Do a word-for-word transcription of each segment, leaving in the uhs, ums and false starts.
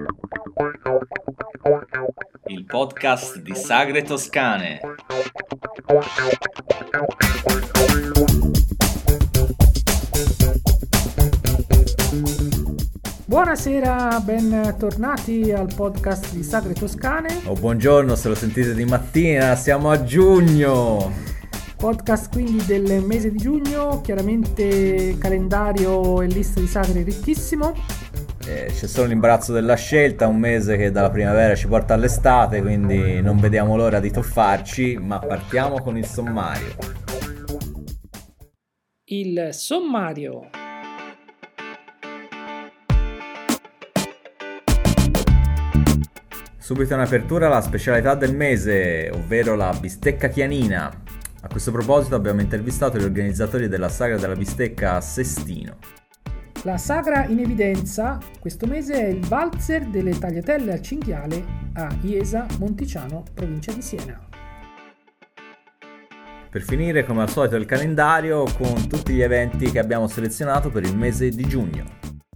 Il podcast di Sagre Toscane. Buonasera, bentornati al podcast di Sagre Toscane. Oh, buongiorno, se lo sentite di mattina, siamo a giugno. Podcast quindi del mese di giugno, chiaramente calendario e lista di sagre ricchissimo. Eh, c'è solo l'imbarazzo della scelta, un mese che dalla primavera ci porta all'estate, quindi non vediamo l'ora di tuffarci, ma partiamo con il sommario. Il sommario. Subito in apertura la specialità del mese, ovvero la bistecca chianina. A questo proposito abbiamo intervistato gli organizzatori della Sagra della Bistecca a Sestino. La sagra in evidenza questo mese è il valzer delle tagliatelle al cinghiale a Iesa, Monticiano, provincia di Siena. Per finire, come al solito, il calendario con tutti gli eventi che abbiamo selezionato per il mese di giugno.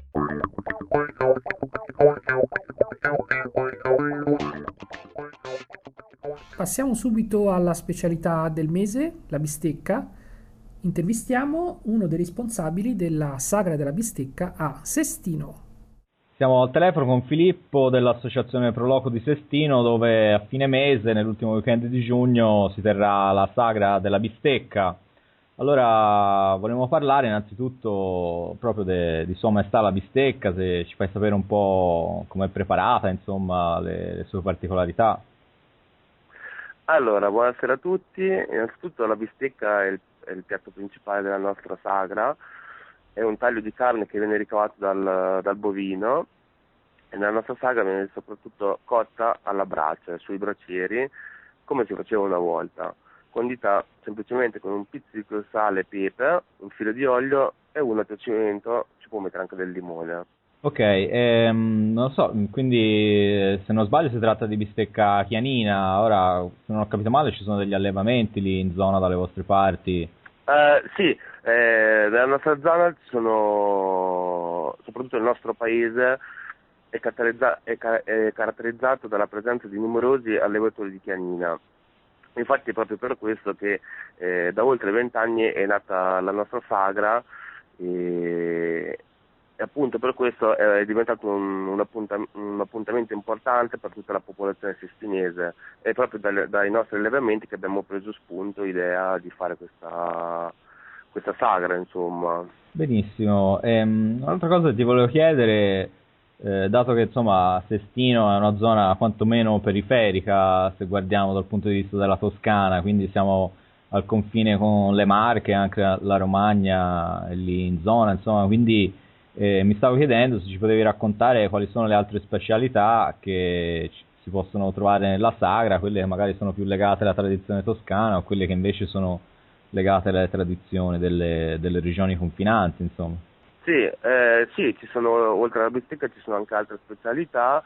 Passiamo subito alla specialità del mese, la bistecca. Intervistiamo uno dei responsabili della Sagra della Bistecca a Sestino. Siamo al telefono con Filippo dell'associazione Proloco di Sestino, dove a fine mese, nell'ultimo weekend di giugno, si terrà la Sagra della Bistecca. Allora, volevo parlare innanzitutto proprio de, di Sua Maestà la Bistecca, se ci fai sapere un po' come è preparata, insomma, le, le sue particolarità. Allora, buonasera a tutti. Innanzitutto la bistecca è il, è il piatto principale della nostra sagra, è un taglio di carne che viene ricavato dal, dal bovino e nella nostra sagra viene soprattutto cotta alla brace, sui bracieri, come si faceva una volta, condita semplicemente con un pizzico di sale e pepe, un filo di olio e uno a piacimento, ci può mettere anche del limone. Ok, ehm, non lo so, quindi se non sbaglio si tratta di bistecca chianina. Ora, se non ho capito male, ci sono degli allevamenti lì in zona dalle vostre parti. Uh, sì, eh, nella nostra zona ci sono, soprattutto nel nostro paese, è, caratterizza- è, ca- è caratterizzato dalla presenza di numerosi allevatori di chianina. Infatti è proprio per questo che eh, da oltre vent'anni è nata la nostra sagra e... E appunto per questo è diventato un, un, appuntam- un appuntamento importante per tutta la popolazione sestinese. È proprio dai, dai nostri allevamenti che abbiamo preso spunto l'idea di fare questa, questa sagra, insomma. Benissimo. Ehm, un'altra cosa che ti volevo chiedere, eh, dato che insomma Sestino è una zona quantomeno periferica, se guardiamo dal punto di vista della Toscana, quindi siamo al confine con le Marche, anche la Romagna è lì in zona, insomma, quindi Eh, mi stavo chiedendo se ci potevi raccontare quali sono le altre specialità che ci, si possono trovare nella sagra, quelle che magari sono più legate alla tradizione toscana o quelle che invece sono legate alle tradizioni delle, delle regioni confinanti, insomma. Sì, eh, sì, ci sono, oltre alla bistecca ci sono anche altre specialità,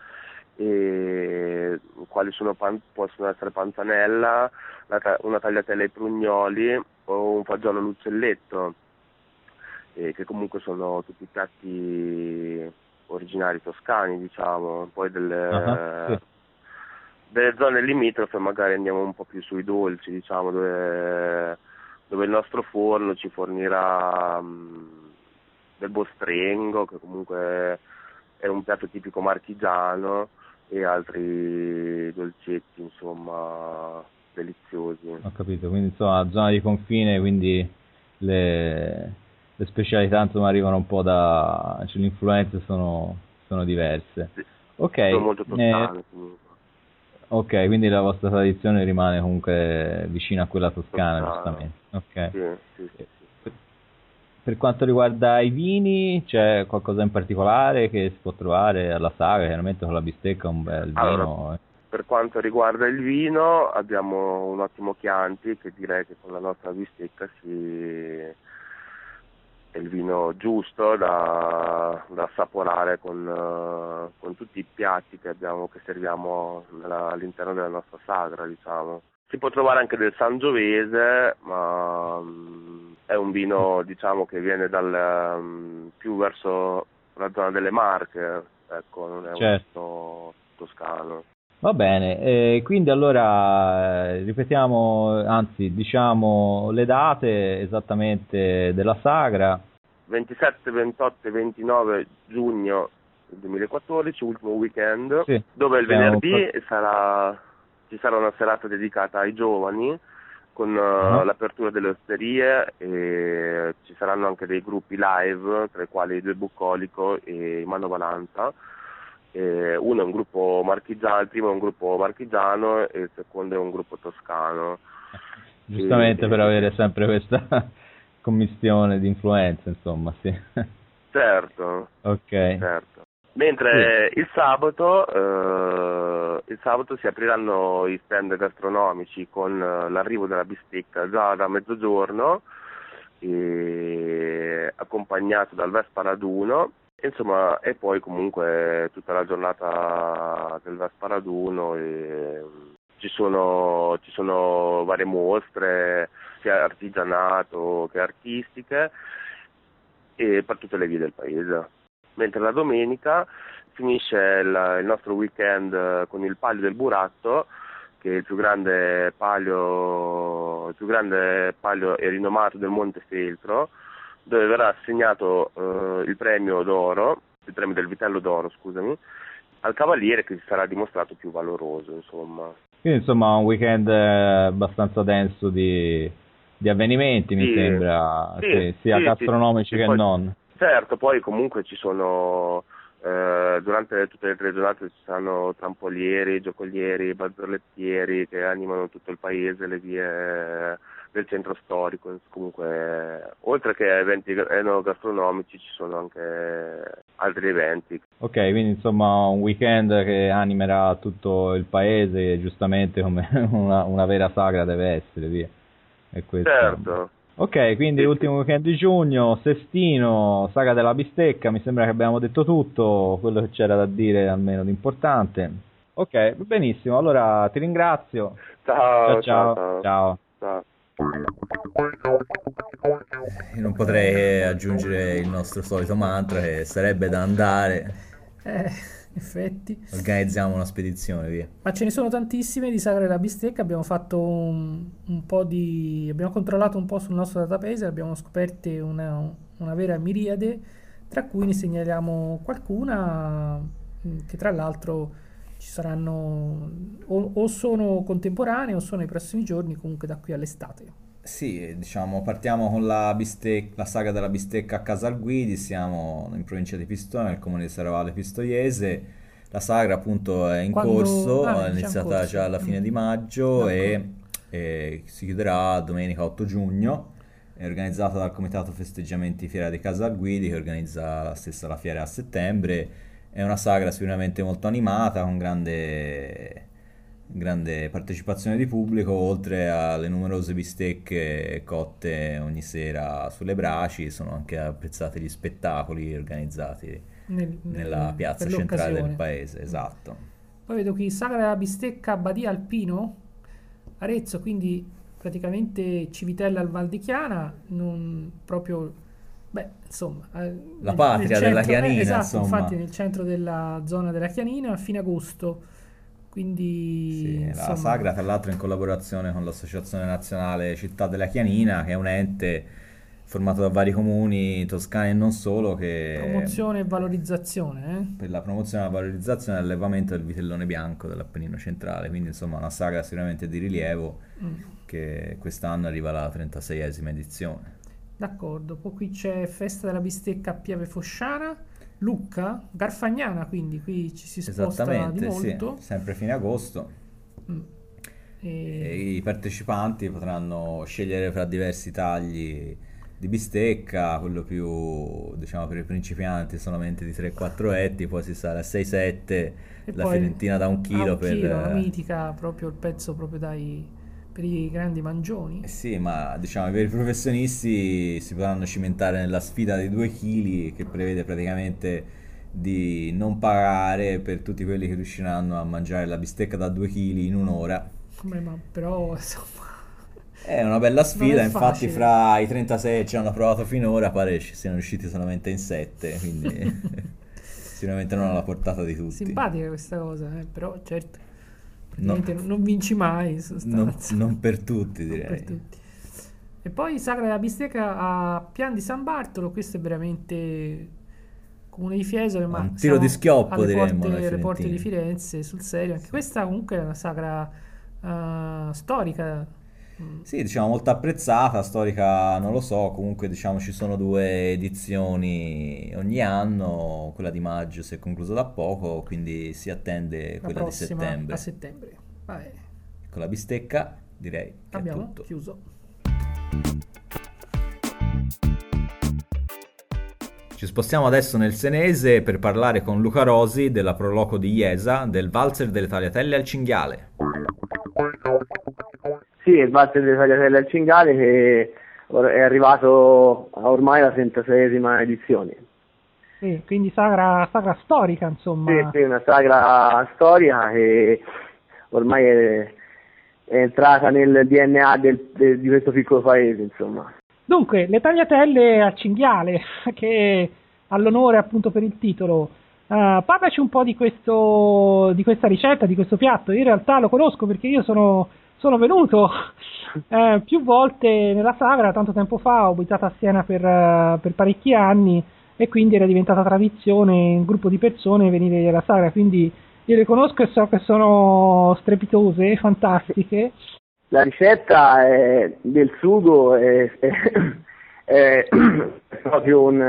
e, quali sono, pan, possono essere panzanella, la, una tagliatella ai prugnoli o un fagiolo all'uccelletto. Eh, che comunque sono tutti piatti originari toscani, diciamo, poi delle, uh-huh, sì. delle zone limitrofe magari andiamo un po' più sui dolci, diciamo, dove, dove il nostro forno ci fornirà um, del bostrengo, che comunque è un piatto tipico marchigiano, e altri dolcetti, insomma, deliziosi. Ho capito, quindi insomma zona di confine, quindi le... le specialità insomma arrivano un po' da, cioè le influenze sono, sono diverse. Sì, ok, sono molto toscane, eh, comunque. Ok, quindi la vostra tradizione rimane comunque vicina a quella toscana, Toscana. Giustamente. Ok. Sì, sì, sì, sì. Per, per quanto riguarda i vini, c'è qualcosa in particolare che si può trovare alla sagra? Chiaramente con la bistecca un bel Allora, vino. per quanto riguarda il vino, abbiamo un ottimo Chianti che direi che con la nostra bistecca si... è il vino giusto da, da assaporare con, uh, con tutti i piatti che abbiamo, che serviamo nella, all'interno della nostra sagra, diciamo. Si può trovare anche del Sangiovese, ma um, è un vino, diciamo, che viene dal um, più verso la zona delle Marche, ecco, non è certo. un vino toscano. Va bene, eh, quindi allora eh, ripetiamo, anzi diciamo le date esattamente della sagra. ventisette, ventotto e ventinove giugno duemilaquattordici, ultimo weekend, Sì, dove il siamo venerdì sarà, ci sarà una serata dedicata ai giovani con uh, Uh-huh. l'apertura delle osterie, e ci saranno anche dei gruppi live, tra i quali Due Bucolico e Mano Valanta. E uno è un gruppo marchigiano, il primo è un gruppo marchigiano e il secondo è un gruppo toscano. Giustamente E- per avere sempre questa commistione di influenze, insomma, sì. Certo, Ok. certo. Mentre il sabato, eh, il sabato si apriranno i stand gastronomici con eh, l'arrivo della bistecca già da mezzogiorno, e accompagnato dal Vesparaduno. Insomma, e poi comunque tutta la giornata del Vesparaduno, e ci sono, ci sono varie mostre, sia artigianato che artistiche, e per tutte le vie del paese. Mentre la domenica finisce il, il nostro weekend eh, con il Palio del Buratto, che è il più grande palio, il più grande palio e rinomato del Monte Feltro, dove verrà assegnato eh, il premio d'oro, il premio del Vitello d'oro, scusami, al cavaliere che si sarà dimostrato più valoroso, insomma. Quindi insomma un weekend eh, abbastanza denso di, di avvenimenti, mi Sì. sembra, Sì, sì, sia sì, gastronomici sì, che poi- non. Certo, poi comunque ci sono, eh, durante tutte le tre giornate ci saranno trampolieri, giocolieri, bazzolettieri che animano tutto il paese, le vie del centro storico. Comunque, oltre che eventi enogastronomici, ci sono anche altri eventi. Ok, quindi insomma un weekend che animerà tutto il paese, giustamente come una, una vera sagra deve essere, via. E questo... Certo. Ok, quindi Sì, l'ultimo weekend di giugno, Sestino, saga della bistecca, mi sembra che abbiamo detto tutto, quello che c'era da dire almeno di importante. Ok, benissimo, allora ti ringrazio. Ciao, Ciao, ciao, ciao. ciao. Io non potrei aggiungere il nostro solito mantra che sarebbe da andare. Eh, in effetti. Organizziamo una spedizione, via. Ma ce ne sono tantissime di sagre della bistecca, abbiamo fatto un, un po' di... abbiamo controllato un po' sul nostro database, abbiamo scoperte una, una vera miriade, tra cui ne segnaliamo qualcuna mh, che tra l'altro ci saranno o, o sono contemporanee o sono nei prossimi giorni, comunque da qui all'estate. Sì, diciamo, partiamo con la bistecca, la saga della bistecca a Casalguidi, siamo in provincia di Pistoia, nel comune di Serravalle Pistoiese. La sagra appunto è in Quando- corso, ah, è già in iniziata corso. già alla fine Mm. di maggio e, D'accordo. e si chiuderà domenica otto giugno. È organizzata dal Comitato Festeggiamenti Fiera di Casalguidi, che organizza la stessa la fiera a settembre. È una sagra sicuramente molto animata, con grande, grande partecipazione di pubblico, oltre alle numerose bistecche cotte ogni sera sulle braci. Sono anche apprezzati gli spettacoli organizzati Nel- nella nel- piazza per centrale del l'occasione. paese, esatto. Poi vedo qui sagra della bistecca Badia Alpino, Arezzo, quindi praticamente Civitella al Val di Chiana, non proprio, beh, insomma, eh, La nel- patria nel della centro- Chianina, eh, esatto, insomma. infatti nel centro della zona della Chianina a fine agosto, quindi Sì, la insomma, sagra tra l'altro in collaborazione con l'Associazione Nazionale Città della Chianina, che è un ente formato da vari comuni toscani e non solo, che promozione e valorizzazione, eh? per la promozione e la valorizzazione e l'allevamento del vitellone bianco dell'Appennino centrale. Quindi insomma una sagra sicuramente di rilievo, Mm. che quest'anno arriva alla trentaseiesima edizione. D'accordo, poi qui c'è Festa della bistecca a Piave Fosciana, Lucca, Garfagnana, quindi qui ci si sposta di Esattamente, sì, molto. sempre fine agosto. Mm. E- E i partecipanti potranno scegliere fra diversi tagli di bistecca, quello più, diciamo, per i principianti solamente di tre quattro etti, poi si sale a sei sette, e la poi fiorentina da un a chilo un per... chilo, la mitica, proprio il pezzo proprio dai, per i grandi mangioni. Eh sì, ma diciamo i veri professionisti si potranno cimentare nella sfida dei due chili, che prevede praticamente di non pagare per tutti quelli che riusciranno a mangiare la bistecca da due chili in un'ora. Beh, ma però, insomma, È una bella sfida, è infatti facile. fra i trentasei che ci hanno provato finora pare ci siano riusciti solamente in sette, quindi sicuramente non alla portata di tutti. Simpatica questa cosa, eh, però certo, No. praticamente non vinci mai in Non, sostanza. non per tutti, direi. Per tutti. E poi Sagra della Bistecca a Pian di San Bartolo, questo è veramente comune di Fiesole, ma Un tiro siamo di schioppo, alle diremmo, porte, noi alle porte di fiorentini. Firenze, sul serio. Anche questa comunque è una sagra eh, storica. Mm. Sì, diciamo molto apprezzata, storica non lo so, comunque diciamo ci sono due edizioni ogni anno, quella di maggio si è conclusa da poco, quindi si attende La quella di prossima settembre. a settembre. Vai, Con la bistecca direi che è abbiamo tutto. chiuso. Ci spostiamo adesso nel Senese per parlare con Luca Rosi della Proloco di Iesa del Valzer delle Tagliatelle al Cinghiale. Sì, il Valzer delle Tagliatelle al Cinghiale che è arrivato a ormai la trentaseiesima edizione. Sì, quindi sagra, sagra storica, insomma. Sì, sì, una sagra storica che ormai è, è entrata nel D N A del, del- di questo piccolo paese, insomma. Dunque, le tagliatelle al cinghiale, che all'onore appunto per il titolo. Uh, parlaci un po' di questo, di questa ricetta, di questo piatto. Io in realtà lo conosco perché io sono, sono venuto eh, più volte nella sagra, tanto tempo fa, ho abitato a Siena per, eh, per parecchi anni e quindi era diventata tradizione un gruppo di persone venire alla sagra, quindi io le conosco e so che sono strepitose, fantastiche. La ricetta è- del sugo è, è- è proprio un,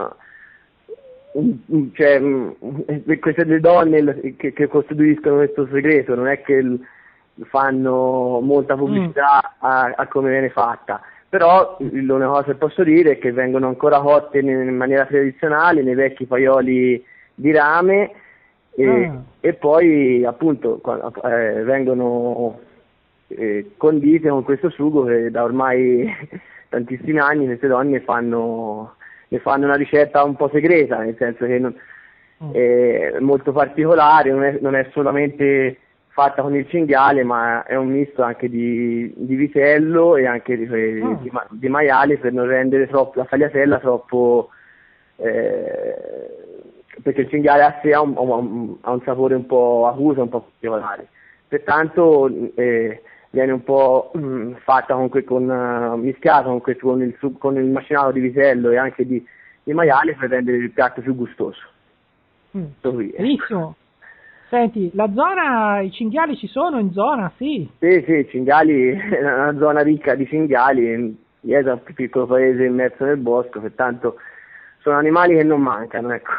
un- un- cioè, un- queste due donne l- che, che costituiscono questo segreto, non è che l- fanno molta pubblicità a, a come viene fatta, però l'unica cosa che posso dire è che vengono ancora cotte in, in maniera tradizionale nei vecchi paioli di rame e, Ah. e poi appunto qua- eh, vengono eh, condite con questo sugo che da ormai tantissimi anni queste donne fanno, ne fanno una ricetta un po' segreta, nel senso che non- è molto particolare, non è, non è solamente fatta con il cinghiale, ma è un misto anche di, di vitello e anche di, Ah. di, ma- di maiale per non rendere troppo la tagliatella troppo eh, perché il cinghiale a sé ha un, ha un- ha un sapore un po' acuto, un po' particolare. Pertanto eh, viene un po' mh, fatta con, que- con eh, mischiata con, questo- con, il, su- con il macinato di vitello e anche di, di maiale per rendere il piatto più gustoso. Mm. Tutto qui, eh. Benissimo. Senti, la zona, i cinghiali ci sono in zona, sì. Sì, sì, cinghiali è una zona ricca di cinghiali, Iesa è un piccolo paese immerso nel bosco, pertanto sono animali che non mancano, ecco.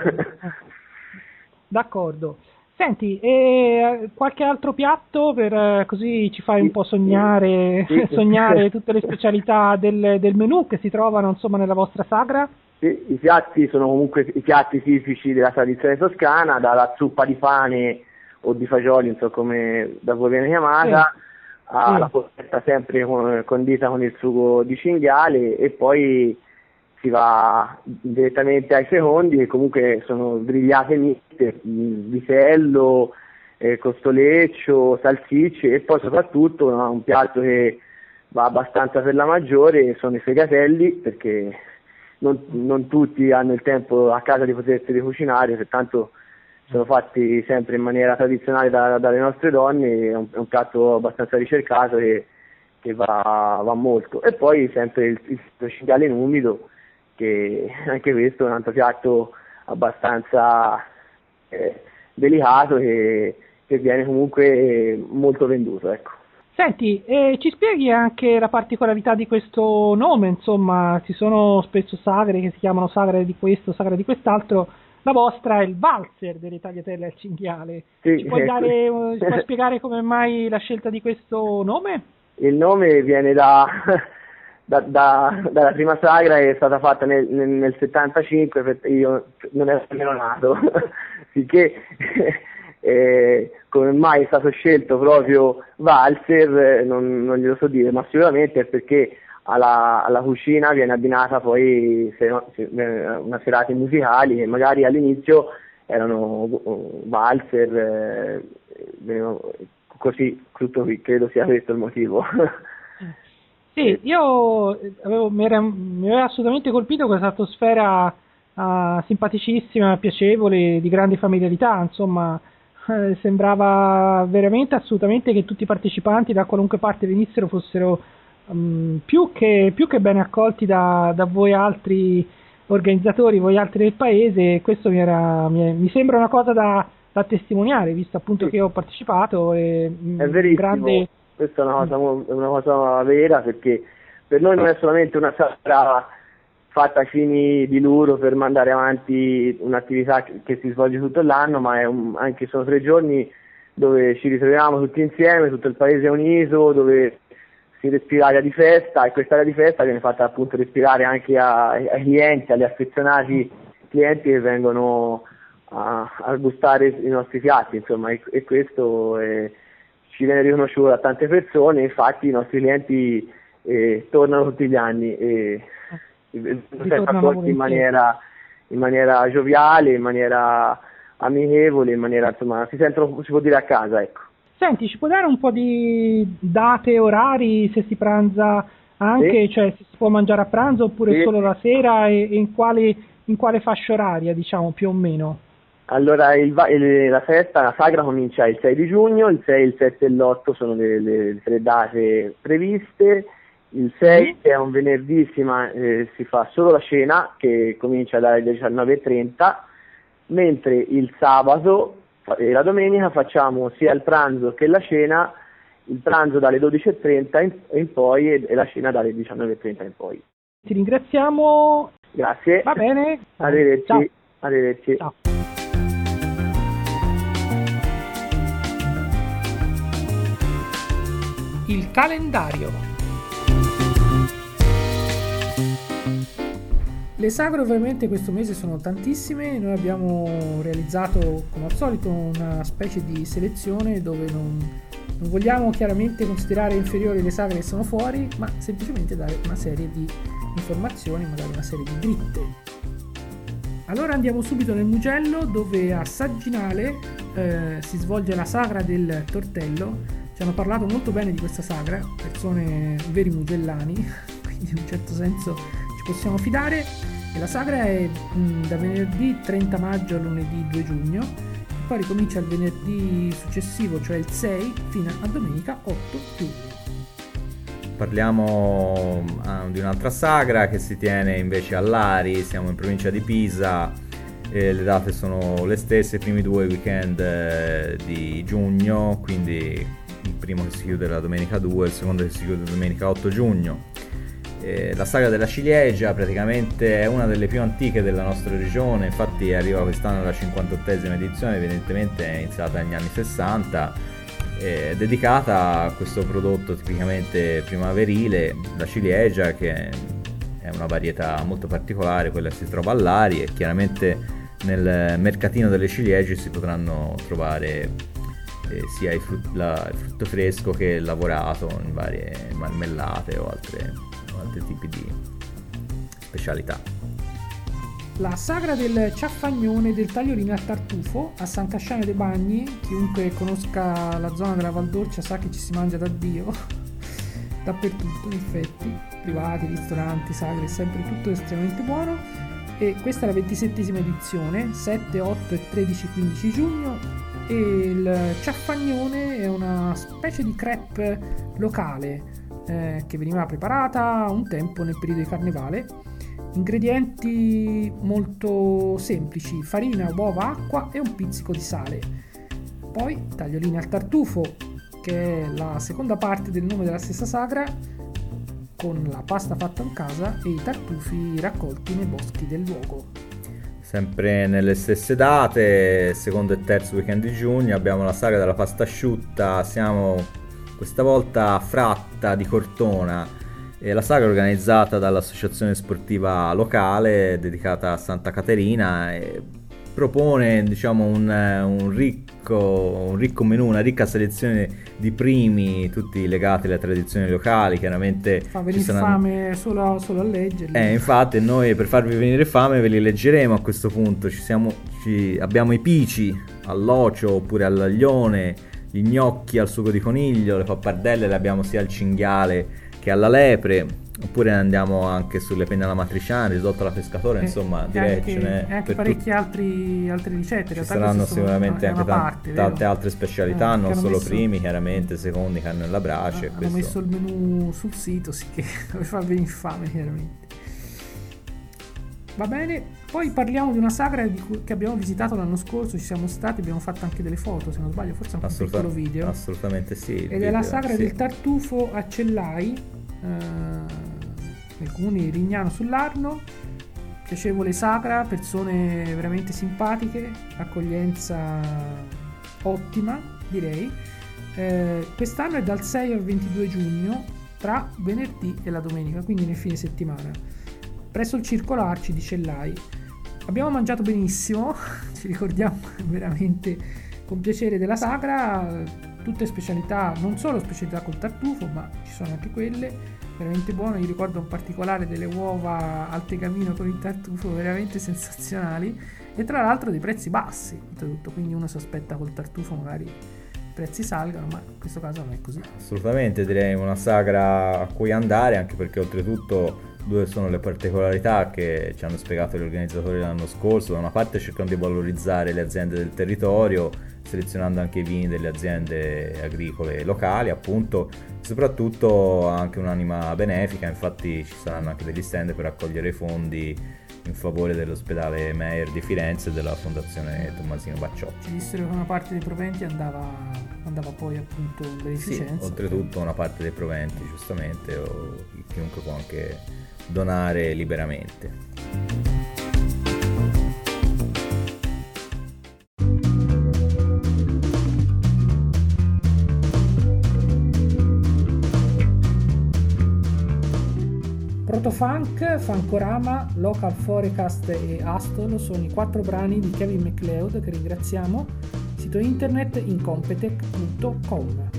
D'accordo. Senti, e qualche altro piatto per eh, così ci fai un po' sognare, Sì. sognare tutte le specialità del, del menù che si trovano insomma nella vostra sagra? Sì, i piatti sono comunque i piatti tipici della tradizione toscana, dalla zuppa di pane o di fagioli, non so come da voi viene chiamata, Sì. alla Sì. polpetta sempre con- condita con il sugo di cinghiale e poi si va direttamente ai secondi che comunque sono grigliate miste, mh, vitello, eh, costoleccio, salsicce e poi soprattutto no, un piatto che va abbastanza per la maggiore sono i fegatelli perché non, non tutti hanno il tempo a casa di poterseli cucinare, pertanto sono fatti sempre in maniera tradizionale da- dalle nostre donne, è un, è un piatto abbastanza ricercato e che va, va molto. E poi sempre il, il cinghiale in umido, che anche questo è un altro piatto abbastanza eh, delicato che, che viene comunque molto venduto, ecco. Senti, eh, ci spieghi anche la particolarità di questo nome, insomma, ci sono spesso sagre che si chiamano sagre di questo, sagre di quest'altro, la vostra è il valzer delle tagliatelle al cinghiale. Sì, Ci puoi, ecco. dare, eh, ci puoi spiegare come mai la scelta di questo nome? Il nome viene da, da- da- dalla prima sagra che è stata fatta nel, nel, nel settantacinque, perché io non ero nemmeno nato, sicché eh, come mai è stato scelto proprio Valzer eh, non, non glielo so dire, ma sicuramente è perché alla, alla cucina viene abbinata poi se no- se- eh, una serate musicali che magari all'inizio erano uh, valzer, eh, venivano- così, tutto qui, credo sia questo il motivo. Sì, io avevo, mi, era, mi aveva assolutamente colpito questa atmosfera uh, simpaticissima, piacevole, di grande familiarità, insomma, eh, sembrava veramente assolutamente che tutti i partecipanti da qualunque parte venissero fossero um, più, che, più che ben accolti da, da voi altri organizzatori, voi altri del paese. Questo mi, era, mi, mi sembra una cosa da, da testimoniare, visto appunto sì. che ho partecipato. E, è verissimo, grande... questa è una cosa, è una cosa vera, perché per noi non è solamente una sagra fatta ai fini di luro per mandare avanti un'attività che, che si svolge tutto l'anno, ma è un, anche sono tre giorni dove ci ritroviamo tutti insieme, tutto il paese è unito, dove si respira aria di festa, e questa aria di festa viene fatta appunto respirare anche a, ai clienti, agli affezionati clienti che vengono a, a gustare i nostri piatti, insomma, e, e questo è, ci viene riconosciuto da tante persone. Infatti i nostri clienti eh, tornano tutti gli anni e sempre accolti in maniera, in maniera gioviale, in maniera amichevole, in maniera, insomma, si sentono, si può dire, a casa, ecco. Senti, ci puoi dare un po' di date, orari, se si pranza anche, sì. Cioè se si può mangiare a pranzo oppure sì. solo la sera, e, e in, quale, in quale fascia oraria, diciamo, più o meno? Allora, il, il, la festa, la sagra comincia il sei di giugno, il sei, il sette e l'otto sono le, le tre date previste. Il sei, che è un venerdì, si, ma, eh, si fa solo la cena, che comincia dalle diciannove e trenta, mentre il sabato e la domenica facciamo sia il pranzo che la cena, il pranzo dalle dodici e trenta in, in poi e, e la cena dalle diciannove e trenta in poi. Ti ringraziamo. Grazie. Va bene. Arrivederci. Ciao. Arrivederci. Ciao. Il calendario. Le sagre ovviamente questo mese sono tantissime. Noi abbiamo realizzato come al solito una specie di selezione dove non, non vogliamo chiaramente considerare inferiori le sagre che sono fuori, ma semplicemente dare una serie di informazioni, magari una serie di dritte. Allora andiamo subito nel Mugello, dove a Sagginale eh, si svolge la sagra del tortello. Ci hanno parlato molto bene di questa sagra persone veri mugellani, quindi in un certo senso ci possiamo fidare. E la sagra è mh, da venerdì trenta maggio a lunedì due giugno, e poi ricomincia il venerdì successivo, cioè il sei, fino a domenica otto giugno. Parliamo ah, di un'altra sagra che si tiene invece a Lari, siamo in provincia di Pisa, e le date sono le stesse, i primi due weekend eh, di giugno, quindi il primo che si chiude la domenica due, il secondo che si chiude la domenica otto giugno. Eh, la sagra della ciliegia praticamente è una delle più antiche della nostra regione, infatti arriva quest'anno la cinquantottesima edizione, evidentemente è iniziata negli anni sessanta, è dedicata a questo prodotto tipicamente primaverile, la ciliegia, che è una varietà molto particolare, quella che si trova a Lari, e chiaramente nel mercatino delle ciliegie si potranno trovare eh, sia il frutto, la, il frutto fresco che il lavorato in varie marmellate o altre, o altri tipi di specialità. La sagra del ciaffagnone del tagliolino al tartufo a San Casciano dei Bagni. Chiunque conosca la zona della Valdorcia sa che ci si mangia da Dio dappertutto, in effetti, privati, ristoranti, sagre, è sempre tutto estremamente buono. E questa è la ventisettesima edizione, sette, otto e tredici quindici giugno, e il ciaffagnone è una specie di crepe locale eh, che veniva preparata un tempo nel periodo di carnevale. Ingredienti molto semplici: farina, uova, acqua e un pizzico di sale. Poi tagliolini al tartufo, che è la seconda parte del nome della stessa sagra, con la pasta fatta in casa e i tartufi raccolti nei boschi del luogo. Sempre nelle stesse date, secondo e terzo weekend di giugno, abbiamo la sagra della pasta asciutta. Siamo questa volta a Fratta di Cortona. E la sagra è organizzata dall'associazione sportiva locale dedicata a Santa Caterina e propone, diciamo, un, un, ricco, un ricco menù, una ricca selezione di primi, tutti legati alle tradizioni locali. Chiaramente fa venire saranno... fame solo, solo a leggerli. Eh, infatti noi, per farvi venire fame, ve li leggeremo a questo punto. Ci siamo, ci... Abbiamo i pici all'ocio oppure all'aglione, gli gnocchi al sugo di coniglio, le pappardelle le abbiamo sia al cinghiale che alla lepre, oppure andiamo anche sulle penne alla matriciana, risotto alla pescatore, Eh, insomma e direi anche, ce n'è e anche per parecchie tutti. altri, altre ricette. In Ci realtà saranno queste sono sicuramente una- anche una tan- parte, tante vero? altre specialità, Eh, che non hanno solo messo- primi, chiaramente, secondi, carne alla brace. e hanno questo- messo il menù sul sito, sì, che mi fa venire fame chiaramente. Va bene, poi parliamo di una sagra di cui- che abbiamo visitato l'anno scorso, ci siamo stati, abbiamo fatto anche delle foto, se non sbaglio, forse anche un Assoluta- piccolo video. Assolutamente sì. il Ed è la video, sagra sì. del tartufo a Cellai, eh, nel comune di Rignano sull'Arno. Piacevole sagra, persone veramente simpatiche, accoglienza ottima, direi. Eh, quest'anno è dal sei al ventidue giugno, tra venerdì e la domenica, quindi nel fine settimana, presso il Circolo Arci di Cellai. Abbiamo mangiato benissimo, ci ricordiamo veramente con piacere della sagra, tutte specialità, non solo specialità col tartufo, ma ci sono anche quelle veramente buone. Io ricordo in particolare delle uova al tegamino con il tartufo veramente sensazionali, e tra l'altro dei prezzi bassi, oltretutto, quindi uno si aspetta col tartufo magari i prezzi salgano, ma in questo caso non è così. Assolutamente, direi una sagra a cui andare, anche perché oltretutto due sono le particolarità che ci hanno spiegato gli organizzatori l'anno scorso. Da una parte cercano di valorizzare le aziende del territorio, selezionando anche i vini delle aziende agricole locali, appunto, soprattutto anche un'anima benefica. Infatti ci saranno anche degli stand per raccogliere fondi in favore dell'ospedale Meyer di Firenze e della Fondazione Tommasino Bacciotti. Ci dissero che una parte dei proventi andava, andava poi appunto in Sì, beneficenza. oltretutto una parte dei proventi, giustamente, o chiunque può anche donare liberamente. Protofunk, Funkorama, Local Forecast e Astol sono i quattro brani di Kevin MacLeod che ringraziamo. Sito internet incompetech punto com.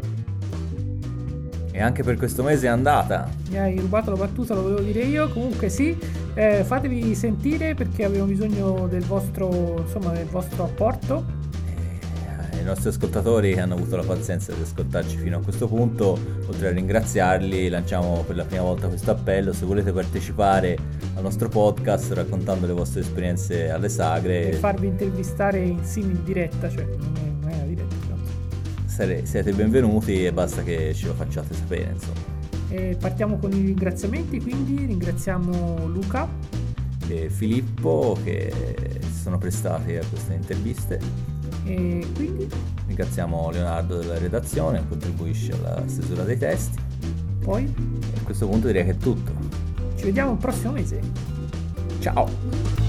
E anche per questo mese è andata. Mi hai rubato la battuta, lo volevo dire io. Comunque sì, eh, fatevi sentire perché abbiamo bisogno del vostro, insomma, del vostro apporto. I nostri ascoltatori che hanno avuto la pazienza di ascoltarci fino a questo punto, oltre a ringraziarli, lanciamo per la prima volta questo appello: se volete partecipare al nostro podcast raccontando le vostre esperienze alle sagre E farvi intervistare in simil diretta, cioè non è, non è una diretta, però. sare- siete benvenuti, e basta che ce lo facciate sapere, insomma. E partiamo con i ringraziamenti, quindi ringraziamo Luca E Filippo che si sono prestati a queste interviste. e quindi Ringraziamo Leonardo della redazione, che contribuisce alla stesura dei testi. poi E a questo punto direi che è tutto. ci vediamo il prossimo mese. Ciao!